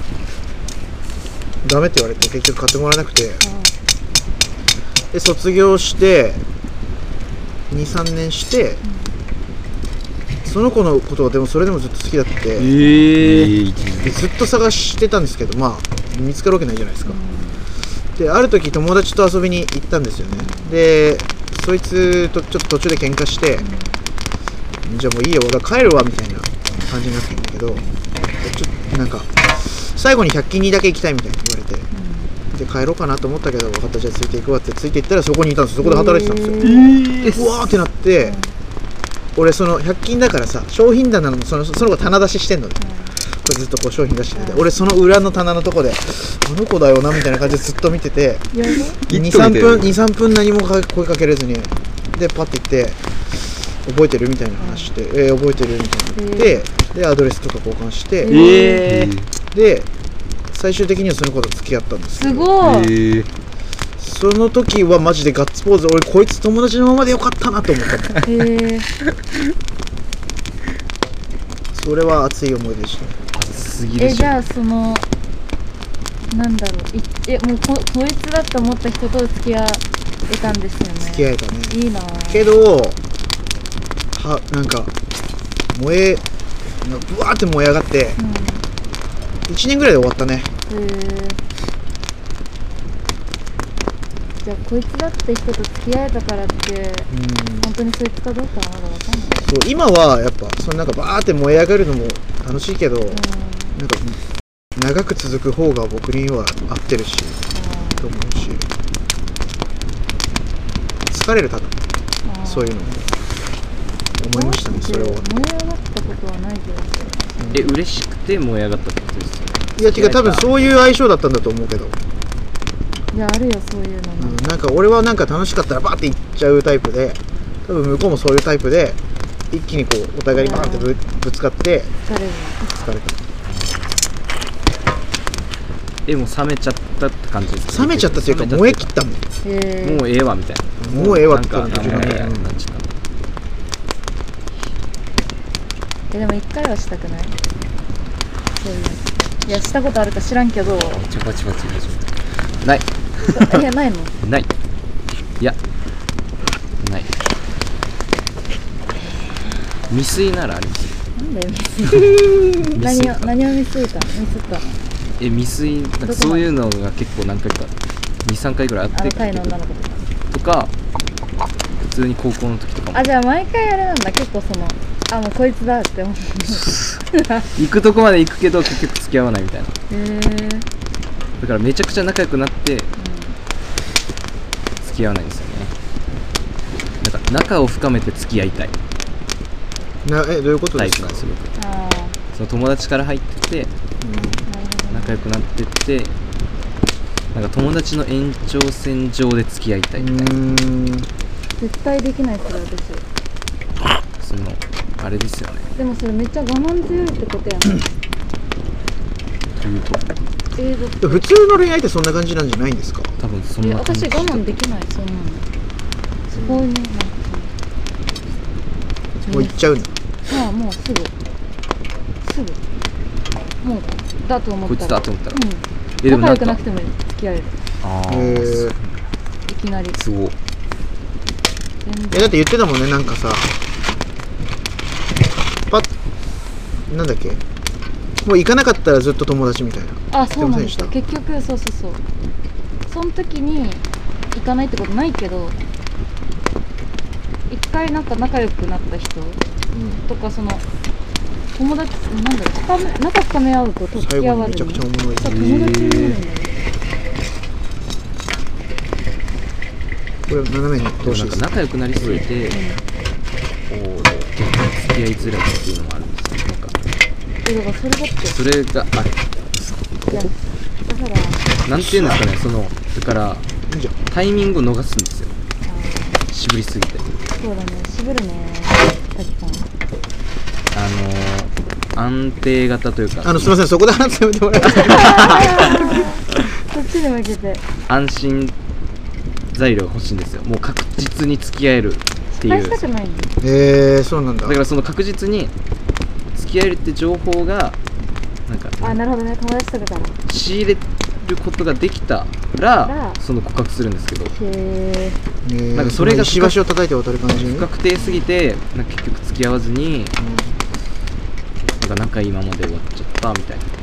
Speaker 3: ダメって言われて結局買ってもらえなくてで卒業してにさんねんして、うん、その子のことはでもそれでもずっと好きだって、
Speaker 2: ええ。
Speaker 3: でずっと探してたんですけどまあ見つかるわけないじゃないですか、うん、である時友達と遊びに行ったんですよねでそいつとちょっと途中で喧嘩して、うん、じゃあもういいよ俺は帰るわみたいな感じになったんだけどちょっとなんか最後にひゃく均にだけ行きたいみたいに言われて、うん、で帰ろうかなと思ったけど分かったじゃあついていくわってついていったらそこにいたんですそこで働いてたんですよ、えー、でうわーってなって、うん、俺そのひゃく均だからさ商品棚のそのその子棚出ししてんので、うん、これずっとこう商品出してて、うん、俺その裏の棚のとこであの子だよなみたいな感じでずっと見ててにさんぷんにさんぷん何も声かけれずにでパッて行って覚えてるみたいな話して、うん、えー、覚えてるみたいな言って、えー、でアドレスとか交換して、
Speaker 2: えー、
Speaker 3: で最終的にはその子と付き合ったんですけど
Speaker 1: すごい、えー、
Speaker 3: その時はマジでガッツポーズ俺こいつ友達のままでよかったなと思ったの、
Speaker 1: えー、
Speaker 3: それは熱い思い出でしたね。
Speaker 2: 熱すぎでしょ。
Speaker 1: えじゃあそのなんだろういえもうここいつだと思った人と付き合えたんですよね。
Speaker 3: 付き合えたね。
Speaker 1: いいなぁ。
Speaker 3: けどはなんか燃えブワーって燃え上がって
Speaker 1: うん
Speaker 3: いちねんぐらいで終わったね。
Speaker 1: へーじゃあこいつだって人と付き合えたからって
Speaker 3: うん
Speaker 1: 本当にそいつかどうかはまだわかんない。
Speaker 3: そう今はやっぱそのなんかバーって燃え上がるのも楽しいけど、なんか長く続く方が僕には合ってるしと思うし、疲れるただそういうの思いましたね。それは
Speaker 1: 燃え上がったことはないけど
Speaker 2: え嬉しくて燃え上がったってことですよね。
Speaker 3: いや違う、多分そういう相性だったんだと思うけど、
Speaker 1: いやあるよそういうのも、
Speaker 3: うん、なんか俺はなんか楽しかったらバーっていっちゃうタイプで、多分向こうもそういうタイプで一気にこうお互いにバーンって ぶ, ぶつかって
Speaker 1: 疲れる
Speaker 3: 疲れた。
Speaker 2: えもう冷めちゃったって感じですか。
Speaker 3: 冷めちゃったというか燃え切ったもん。
Speaker 1: へえ
Speaker 2: もうええわみたいな。
Speaker 3: もうええわって
Speaker 2: なんか
Speaker 3: 感じになった
Speaker 2: なんかなっちゃった。
Speaker 1: えでも一回はしたくない？そういういやしたことあるか知らんけど
Speaker 4: ちょバチバチ始めた。
Speaker 2: ない
Speaker 1: いやないの？
Speaker 2: ないいやない未遂ならありますよ。
Speaker 1: なんだよ
Speaker 2: 未遂
Speaker 1: 何を何をミスったミスったの？
Speaker 2: え未遂なんかそういうのが結構何回かにさんかいぐらいあって
Speaker 1: あのタイの女の子とか
Speaker 2: とか普通に高校の時とかも
Speaker 1: あじゃあ毎回あれなんだ結構そのあもうこいつだって思う
Speaker 2: 行くとこまで行くけど結局付き合わないみたいな。
Speaker 1: へえ
Speaker 2: だからめちゃくちゃ仲良くなって付き合わないんですよね。なんか仲を深めて付き合いたい
Speaker 3: なえどういうことですか？
Speaker 2: タイプなんですよ僕。
Speaker 1: ああ
Speaker 2: その友達から入ってて
Speaker 1: なるほど
Speaker 2: 仲良くなってってなんか友達の延長線上で付き合いたいみたいな。
Speaker 3: うーん
Speaker 1: 絶対できないそれ私
Speaker 2: そのあれですよね。
Speaker 1: でもそれめっちゃ我慢強いってことやな
Speaker 2: というと
Speaker 1: えー、だって
Speaker 3: 普通の恋愛ってそんな感じなんじゃないんですか？
Speaker 2: 多分そん
Speaker 1: いや
Speaker 2: な感じ
Speaker 1: 私我慢できないそんなのそこになんか
Speaker 3: もう行っちゃうんだ。
Speaker 1: まあもうすぐすぐもうだと思
Speaker 2: こい
Speaker 1: ったら
Speaker 2: つだと思ったら
Speaker 1: うん
Speaker 2: えでもなんか
Speaker 1: 仲良くなくても付き合える
Speaker 2: ああ
Speaker 3: へー
Speaker 1: いきなり
Speaker 2: すごい。
Speaker 1: 全然
Speaker 3: えだって言ってたもんね、なんかさパッなんだっけもう行かなかったらずっと友達みたいな。
Speaker 1: あそうなんですよ
Speaker 3: 言って
Speaker 1: 結局そうそうそうその時に行かないってことないけど一回なんか仲良くなった人とかその友達なんだろう深め仲深め合うとと付き合わずに
Speaker 3: 最後にめちゃくちゃおもろい。
Speaker 1: そう友達になるんだよ
Speaker 3: これ斜めに
Speaker 2: でもなんか
Speaker 3: どうしですか？
Speaker 2: 仲良くなりすぎてこう付き合いづらいっていうのもあるんですよ。なんか
Speaker 1: えだからそれだって
Speaker 2: それがある。
Speaker 1: いやだから
Speaker 2: なんていうんですかね、そのだから
Speaker 3: いいんじゃん。
Speaker 2: タイミングを逃すんですよ。
Speaker 1: あ
Speaker 2: 渋りすぎて。
Speaker 1: ーそうだね渋るね滝さん
Speaker 2: あのー、安定型というか
Speaker 3: あのすみません、そこで話させてもらいますか？
Speaker 1: そっちに向けて
Speaker 2: 安心材料が欲しいんですよ。もう確実に付き合えるっていう。
Speaker 1: 返したくないんだよ
Speaker 3: へえ、そうなんだ。
Speaker 2: だからその確実に付き合えるって情報がなんか
Speaker 1: あなるほどね友達とかから
Speaker 2: 仕入れることができたらその告白するんですけど、
Speaker 1: へえ
Speaker 3: へー
Speaker 2: なんかそれが
Speaker 3: 石橋を叩いて渡る感じに。
Speaker 2: 不確定すぎてなんか結局付き合わずになんか仲いいままで終わっちゃったみたいな。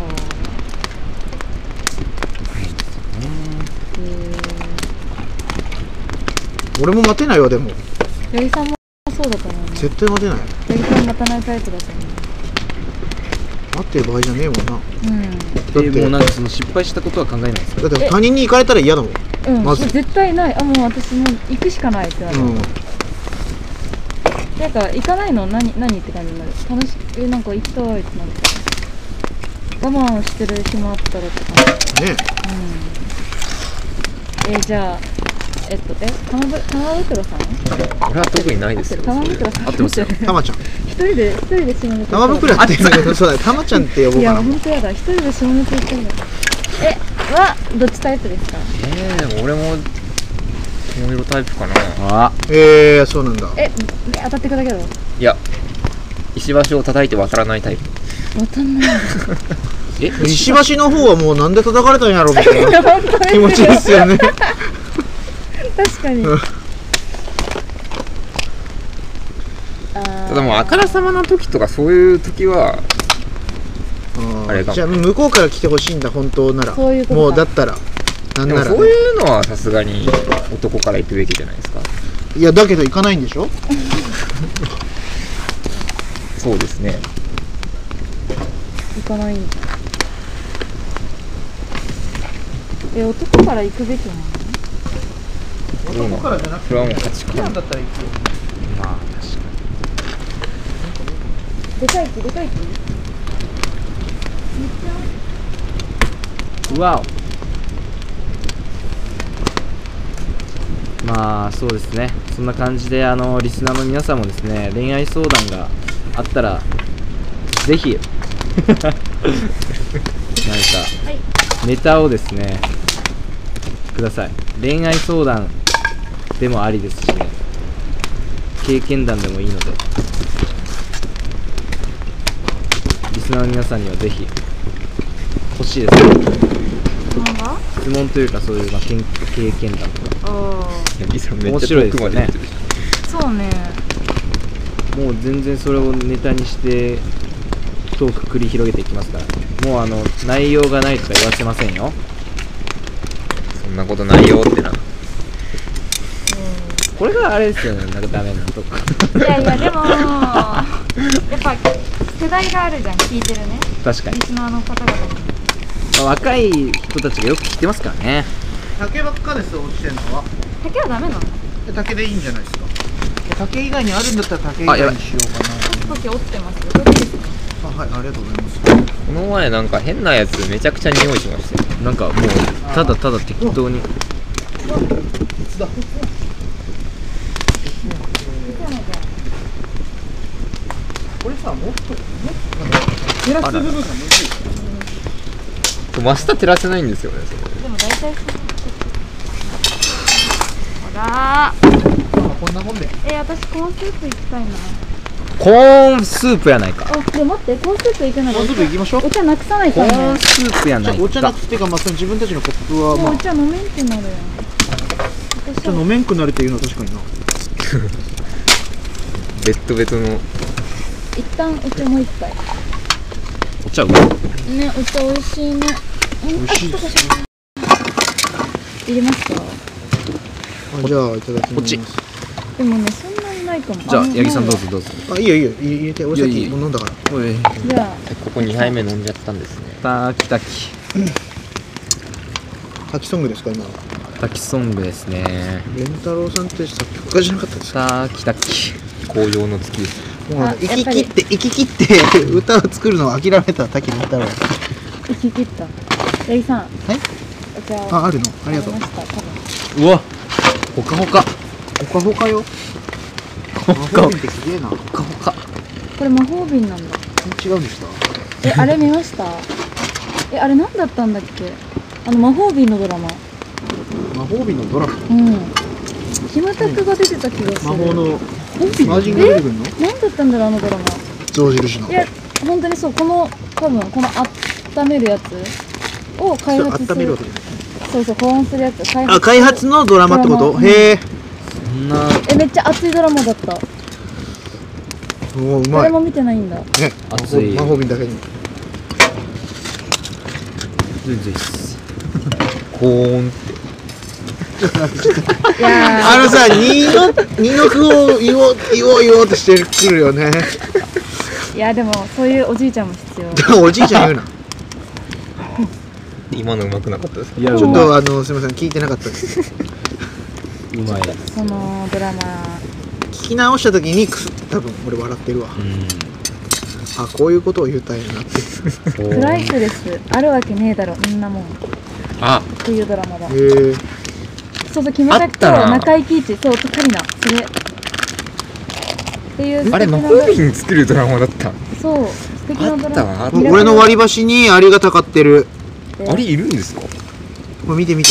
Speaker 3: 俺も待てないわ。でも
Speaker 1: 八木さんもそうだと思うね
Speaker 3: 絶対待てない。
Speaker 1: 八木さん待たないタイプだと思
Speaker 3: 待ってる場合じゃねえもんな。
Speaker 1: う
Speaker 3: だって
Speaker 2: でもうなんかその失敗したことは考えないですか？
Speaker 3: だって他人に行かれたら嫌だもん。
Speaker 1: うんうん
Speaker 3: まず
Speaker 1: 絶対ないあもう私もう行くしかないってなる、
Speaker 3: うん。
Speaker 1: なんか行かないの何何って感じになる楽しえなんか行きたいってなって我慢してる暇あったらって感じ
Speaker 3: ね
Speaker 1: うんえー、じゃあえっとえ玉ぶ玉袋さん
Speaker 4: 俺は特にないですよ。
Speaker 1: 玉袋さん
Speaker 2: 合ってますよ
Speaker 3: え、たまちゃん。
Speaker 1: 一人で一人で下ネタ
Speaker 3: 玉袋って言うんだけど、そうだね、たまちゃんって呼ぼ
Speaker 1: いうや
Speaker 3: かな。
Speaker 1: 本当やだ一人で下ネタ言ってんだえはどっちタイプですか
Speaker 4: えー、でも俺も友色タイプかな。
Speaker 2: あ
Speaker 3: えー、そうなんだ。
Speaker 1: え当たってくだけど
Speaker 4: いや石橋を叩いて渡らないタイプ。
Speaker 1: 渡んない。
Speaker 2: え
Speaker 3: 石橋の方はもうなんで叩かれたんやろみたいな
Speaker 1: 本当です
Speaker 3: 気持ちですよね。
Speaker 1: 確かに。
Speaker 3: うん
Speaker 1: あ
Speaker 4: ただもうあからさまな時とかそういう時はあれかも。
Speaker 3: じゃあ向こうから来てほしいんだ本当なら。
Speaker 1: そういうことか
Speaker 3: もうだったらなんなら、ね、
Speaker 4: でもそういうのはさすがに男から行くべきじゃないですか。
Speaker 3: いやだけど行かないんでしょ。
Speaker 4: そうですね。
Speaker 1: 行かないんだ。え、男から行くべきなの？
Speaker 3: 男からじゃなくて
Speaker 4: それはもう価値観。
Speaker 3: だったら行くよ。
Speaker 2: まあ確か
Speaker 1: でかい木、でかい木。
Speaker 2: に。うわお。まあそうですね、そんな感じであのリスナーの皆さんもですね、恋愛相談があったらぜひなんかネタをですねください。恋愛相談でもありですしね、経験談でもいいので、リスナーの皆さんにはぜひ欲しいですね。
Speaker 1: なんだ？
Speaker 2: 質問というかそういう、まあ、経経験談とか
Speaker 1: あ
Speaker 4: ヤギさんめっ
Speaker 2: 面
Speaker 4: ちゃ
Speaker 2: 白いですよね
Speaker 4: 遠くまで行ってる。
Speaker 1: あ、そうね。
Speaker 2: もう全然それをネタにしてトーク繰り広げていきますから、もうあの内容がないとか言わせませんよ。
Speaker 4: そんなことないよってな。
Speaker 2: これがあれですよね、なんかダメなとこ
Speaker 1: いやいや、でもやっぱ世代があるじゃん、聞いてるね、
Speaker 2: 確かに
Speaker 1: リ、スナーの方々に。
Speaker 2: まあ、若い人たちがよく聞いてますからね。
Speaker 3: 竹ばっかです落ちてるのは。
Speaker 1: 竹はダメなの？
Speaker 3: 竹でいいんじゃないですか。竹以外にあるんだったら竹以外にしようかな。
Speaker 1: 竹折ってますよ。どうですか？
Speaker 3: あ、はい、ありがとうございます。
Speaker 4: この前なんか変なやつめちゃくちゃ匂いしましたよ。
Speaker 2: なんかもうただただ適当に。
Speaker 3: これさ、もっと、もっとなんか照らす部分がむずい。
Speaker 4: 真下照らせないんですよね、それ。
Speaker 1: でも大体そう。ほらー。
Speaker 3: まあこんなもんで。
Speaker 1: え、私コーンスープ行きたいな。
Speaker 2: コーンスープやないか。
Speaker 1: あ、でも待って、コーンスープ行くなら
Speaker 3: もうすぐ行きましょう。
Speaker 1: お茶なくさない
Speaker 2: コ
Speaker 1: とね。
Speaker 2: ーンスープや
Speaker 3: じ
Speaker 2: ないか
Speaker 3: ゃあお茶なく。てか、まあ、その自分たちのコップは、まあ
Speaker 1: もうお、茶飲めんってなるやん。私は
Speaker 3: じゃあ飲めんくなるっていうのは確かにな。
Speaker 4: ベッドベトの。
Speaker 1: 一旦お茶もう一杯。
Speaker 2: お茶うまい。
Speaker 1: ね、お茶美味しいね。美
Speaker 3: 美味しいですね。
Speaker 1: 入れますか？
Speaker 3: あ、じゃあいただきます。
Speaker 2: こっち
Speaker 1: でもね、そんなにないかも。
Speaker 2: じゃあ八木さんどう
Speaker 1: ぞ。
Speaker 2: ぞどうぞ。
Speaker 3: あ、いいよいいよ、入れて。俺さっき
Speaker 2: いやいいよ
Speaker 3: もう飲んだから。
Speaker 2: おい、
Speaker 1: じゃあ、
Speaker 4: ここにはいめ飲んじゃったんですね。
Speaker 2: 滝滝
Speaker 3: 滝ソングですか今の。
Speaker 2: 滝ソングですね。
Speaker 3: レンタロウさんって作曲家じゃなかったですか。
Speaker 2: 滝滝。
Speaker 4: 紅葉の月です。
Speaker 1: あ
Speaker 3: もう行き
Speaker 1: やっぱり
Speaker 3: 切って行き切って歌を作るのを諦めた滝レンタロウ。
Speaker 1: 行き切った。八木さん。
Speaker 3: はい。
Speaker 1: お茶を。
Speaker 3: あ、あるの。ありがとう
Speaker 1: あ。りました多分
Speaker 2: うわほかほか
Speaker 3: ほかほかよ。
Speaker 2: ほかほ
Speaker 3: 魔法瓶ってすげえな。
Speaker 2: かほか。
Speaker 1: これ魔法瓶なんだ。
Speaker 3: 違うんでした。
Speaker 1: え、あれ見ました？え、あれ何だったんだっけ？あの魔法瓶のドラマ。
Speaker 3: 魔法瓶のドラマ。
Speaker 1: うん。キムタクが出てた気がする。
Speaker 3: 魔法の
Speaker 1: え
Speaker 3: マージンが出てくるの？
Speaker 1: 何だったんだろうあのドラマ。
Speaker 3: 象印の。
Speaker 1: いや、本当にそう、この多分この温めるやつを開
Speaker 3: それ
Speaker 1: 発する
Speaker 3: 温めるわけ。じゃない。
Speaker 1: そうそう、保温するやつ。開
Speaker 3: あ、開発のドラマってこと？
Speaker 1: ドラマ
Speaker 3: へえ。
Speaker 2: そんな
Speaker 1: え、めっちゃ熱いドラマだった。
Speaker 3: おーうまい。ね。
Speaker 1: 誰も見てないんだ。
Speaker 2: 熱い
Speaker 3: 魔法瓶だけに。
Speaker 2: 全然いいっす。
Speaker 4: 高音。
Speaker 1: いや
Speaker 3: あのさ、二の二の句を言おう言おう言おうとしてくるよね。
Speaker 1: ー、いやでもそういうおじいちゃんも必要。
Speaker 3: おじいちゃん言うな。
Speaker 4: 今のうまくなかったですか？
Speaker 2: いや
Speaker 3: ちょっ
Speaker 2: うま
Speaker 3: とあのすみません聞いてなかったです。
Speaker 2: いうまい。
Speaker 1: そのドラマ。
Speaker 3: 聞き直した時にくす多分俺笑ってるわ。
Speaker 2: うん
Speaker 3: あ、こういうことを言うたんやなって。
Speaker 1: プライスレスあるわけねえだろ、みんなもん。っ
Speaker 4: あ、
Speaker 1: ていうドラマだ。
Speaker 3: へえ。
Speaker 1: そうそう、キムタクと
Speaker 4: あったな
Speaker 1: 中井貴一、そう、とカリナ、それ。っていう
Speaker 4: あれ魔
Speaker 1: 素敵な
Speaker 4: 法瓶作るドラマだった。
Speaker 1: そう、素敵なドラマ。
Speaker 4: あったわ
Speaker 3: 俺の割り箸にありがたかってる。
Speaker 1: で
Speaker 4: あれいるんですか？
Speaker 3: これ見て見て。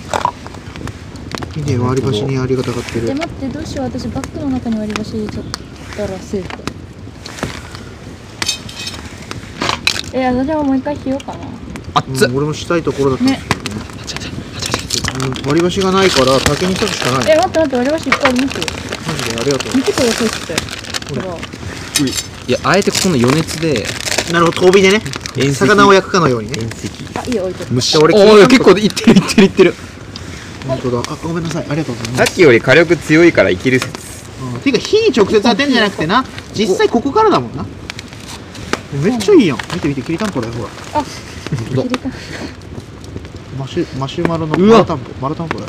Speaker 3: 見て割り箸にありがたかって
Speaker 1: え、
Speaker 3: る。
Speaker 1: 待って、どうしよう、私バッグの中に割り箸入れちゃったらセーフだ。 え、私ももう一回しようかな。
Speaker 2: 熱っ
Speaker 3: うん俺もしたいところだったんですけどねうん割り箸がないから竹に刺すしかない
Speaker 1: え、待って待って、割り箸いっぱいありますよ。
Speaker 3: マジでありがと
Speaker 1: 見てくださいって。ほら。
Speaker 2: いやあえてここの余熱で
Speaker 3: うなるほど遠火でね
Speaker 4: 遠赤
Speaker 3: 魚を焼くかのようにね
Speaker 4: 遠赤
Speaker 1: あ、いいよ、置いとく。
Speaker 2: 蒸し
Speaker 3: 俺
Speaker 2: おー結構いってるいってるいってる
Speaker 3: 本当だあごめんなさいありがとうございます
Speaker 4: さっきより火力強いからいける説。
Speaker 3: うんていうか火に直接当てんじゃなくてな実際ここからだもんなめっちゃいいやん見て見てきりたんぽだよほら
Speaker 1: あ、切れた。
Speaker 3: マシュマシュマロの
Speaker 2: うわ
Speaker 3: マルタンポマルタンポだよ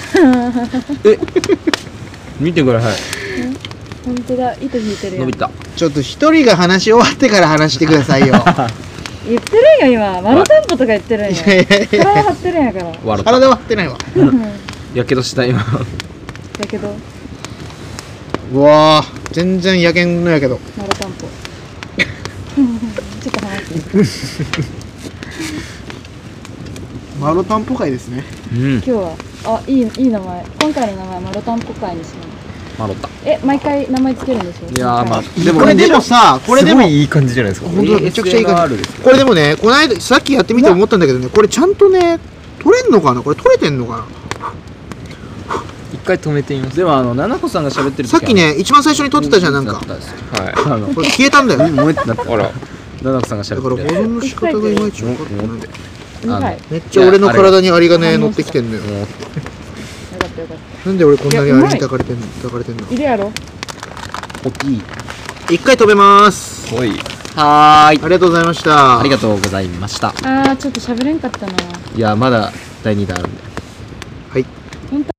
Speaker 2: 見てください
Speaker 1: 本当だ、糸引いてるよ。
Speaker 2: 伸びた
Speaker 3: ちょっと一人が話し終わってから話してくださいよ
Speaker 1: 言ってるんよ、今。丸タンポとか言ってるんよ。
Speaker 3: いやいやいや
Speaker 1: 体張ってるんやから。
Speaker 2: 笑った
Speaker 3: 体は張ってないわ
Speaker 2: やけどした今
Speaker 1: だけど、
Speaker 3: うわー全然やけんのやけど
Speaker 1: 丸タンポ。ちょっと話して。
Speaker 3: マロタンポ会ですね
Speaker 2: うん
Speaker 1: 今日は、あ、いい、いい名前。今回の名前、丸タンポ会にします。
Speaker 2: マロった
Speaker 1: え、毎回名前つけるんでしょ。
Speaker 2: いやーまあ
Speaker 3: でもこれでもさこれでも
Speaker 4: すごいいい感じじゃないですか。
Speaker 3: 本当だめちゃくちゃいい感
Speaker 2: エーエスエムアール
Speaker 3: じ
Speaker 2: ですよ
Speaker 3: これでもねこの間さっきやってみて思ったんだけどねこれちゃんとね取れんのかなこれ取れてんのか
Speaker 4: 一回止めてみます。
Speaker 2: でもあのななこさんが喋ってる時
Speaker 3: なさっきね一番最初に取ってたじゃんなんか
Speaker 2: だったですよ
Speaker 4: は
Speaker 2: あの
Speaker 3: これ消えたんだよだ
Speaker 2: 燃えてなった
Speaker 4: あら
Speaker 2: ななこさんが
Speaker 3: から保
Speaker 2: 喋ってる
Speaker 3: 存の仕方がいまいち分かってない
Speaker 1: うんはい。よ
Speaker 3: めっちゃ俺の体にアリがね乗ってきてんのよ
Speaker 2: もう
Speaker 1: かったよかった。
Speaker 3: なんで俺こんなにアリに
Speaker 1: いやうまい
Speaker 3: 抱かれてんの抱かれてんの
Speaker 1: いるやろ。
Speaker 2: 大きい
Speaker 3: 一回止めます
Speaker 4: おい
Speaker 2: はーい
Speaker 3: ありがとうございました
Speaker 2: ありがとうございました
Speaker 1: あー、ちょっと喋れんかったな。
Speaker 2: いやまだだいにだんあるんで
Speaker 3: はい
Speaker 1: 本当